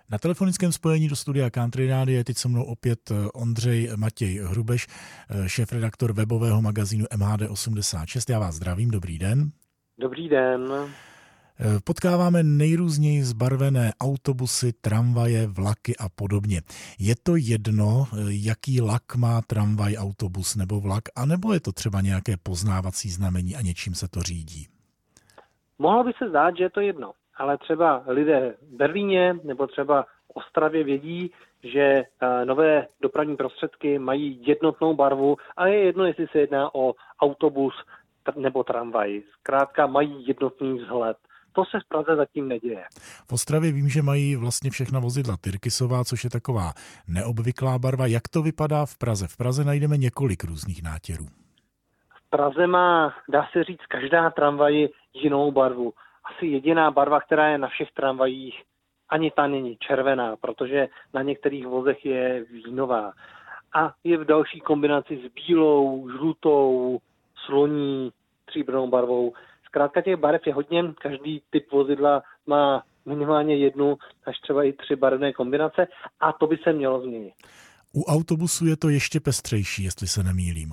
Na telefonickém spojení do studia Country Rádia je teď se mnou opět Ondřej Matěj Hrubeš, šéfredaktor webového magazínu MHD86. Já vás zdravím, dobrý den. Dobrý den. Potkáváme nejrůzněji zbarvené autobusy, tramvaje, vlaky a podobně. Je to jedno, jaký lak má tramvaj, autobus nebo vlak, anebo je to třeba nějaké poznávací znamení a něčím se to řídí? Mohlo by se zdát, že je to jedno, ale třeba lidé v Berlíně nebo třeba v Ostravě vědí, že nové dopravní prostředky mají jednotnou barvu a je jedno, jestli se jedná o autobus nebo tramvaj. Zkrátka mají jednotný vzhled. To se v Praze zatím neděje. V Ostravě vím, že mají vlastně všechna vozidla tyrkysová, což je taková neobvyklá barva. Jak to vypadá v Praze? V Praze najdeme několik různých nátěrů. V Praze má, dá se říct, každá tramvaj jinou barvu. Asi jediná barva, která je na všech tramvajích, ani ta není červená, protože na některých vozech je vínová. A je v další kombinaci s bílou, žlutou, sloní, stříbrnou barvou. Zkrátka těch barev je hodně, každý typ vozidla má minimálně jednu až třeba i 3 barevné kombinace a to by se mělo změnit. U autobusu je to ještě pestřejší, jestli se nemýlím.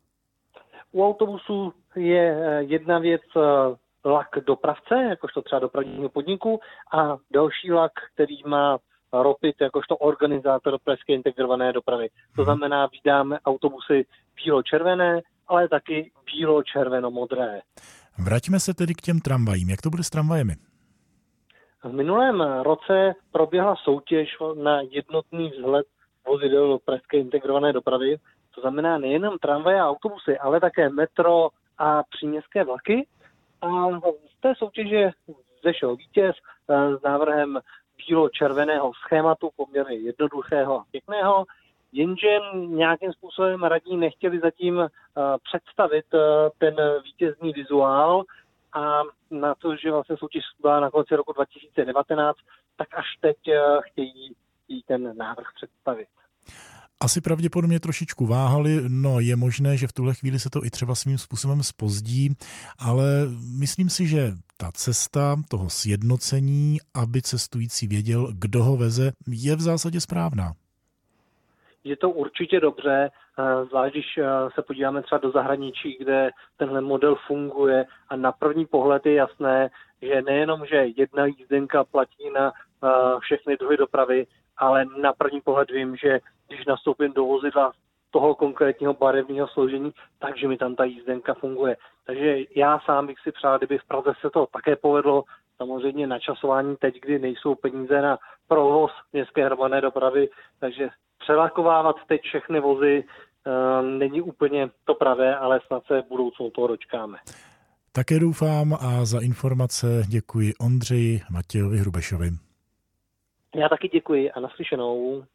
U autobusu je jedna věc lak dopravce, jakožto třeba dopravního podniku, a další lak, který má ROPIT, jakožto organizátor pražské integrované dopravy. To znamená, vydáme autobusy bílo-červené, ale taky bílo-červeno-modré. Vraťme se tedy k těm tramvajím. Jak to bude s tramvajemi? V minulém roce proběhla soutěž na jednotný vzhled vozidel pražské integrované dopravy. To znamená nejenom tramvaje a autobusy, ale také metro a příměstské vlaky. A z té soutěže vzešel vítěz s návrhem bílo-červeného schématu, poměrně jednoduchého a pěkného, jenže nějakým způsobem radní nechtěli zatím představit ten vítězný vizuál a na to, že vlastně soutěž byla na konci roku 2019, tak až teď chtějí ten návrh představit. Asi pravděpodobně trošičku váhali, no je možné, že v tuhle chvíli se to i třeba svým způsobem zpozdí, ale myslím si, že ta cesta toho sjednocení, aby cestující věděl, kdo ho veze, je v zásadě správná. Je to určitě dobře, zvlášť když se podíváme třeba do zahraničí, kde tenhle model funguje a na první pohled je jasné, že nejenom, že jedna jízdenka platí na všechny druhy dopravy, ale na první pohled vím, že když nastoupím do vozidla toho konkrétního barevného složení, takže mi tam ta jízdenka funguje. Takže já sám bych si přál, kdyby v Praze se to také povedlo, samozřejmě načasování teď, kdy nejsou peníze na provoz městské hromadné dopravy, takže přelakovávat teď všechny vozy není úplně to pravé, ale snad se v budoucnu toho dočkáme. Také doufám a za informace děkuji Ondřeji Matějovi Hrubešovi. Já taky děkuji a naslyšenou.